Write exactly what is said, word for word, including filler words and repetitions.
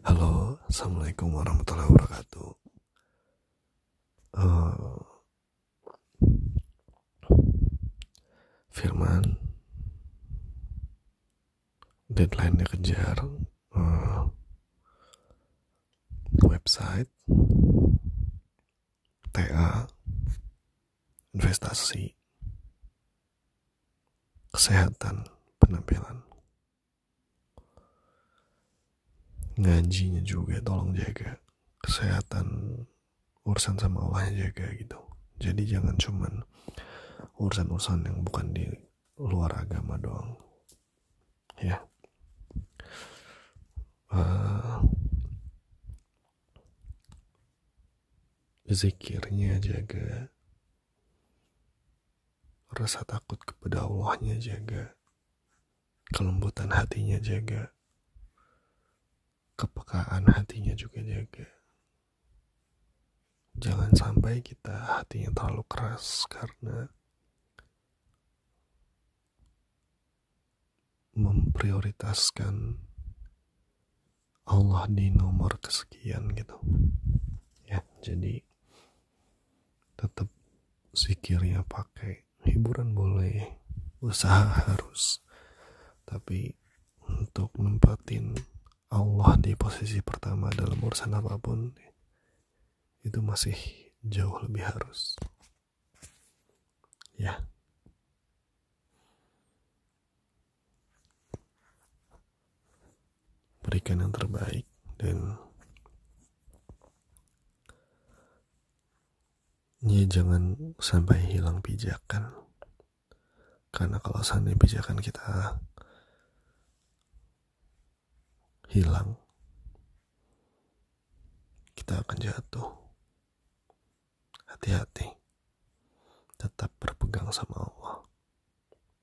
Halo, assalamualaikum warahmatullahi wabarakatuh. Uh, Firman, deadline dikejar. Uh, website, T A, investasi, kesehatan, penampilan, ngajinya juga tolong jaga, kesehatan, urusan sama Allahnya jaga gitu. Jadi jangan cuman urusan-urusan yang bukan di luar agama doang, ya. Uh, zikirnya jaga, rasa takut kepada Allahnya jaga, kelembutan hatinya jaga, kepekaan hatinya juga jaga. Jangan sampai kita hatinya terlalu keras karena memprioritaskan Allah di nomor kesekian gitu. Ya, jadi tetap zikirnya pakai, hiburan boleh, usaha harus, tapi untuk nempatin Allah di posisi pertama dalam urusan apapun itu masih jauh lebih harus. Ya. Berikan yang terbaik dan ya jangan sampai hilang pijakan. Karena kalau seandainya pijakan kita hilang, kita akan jatuh. Hati-hati, tetap berpegang sama Allah.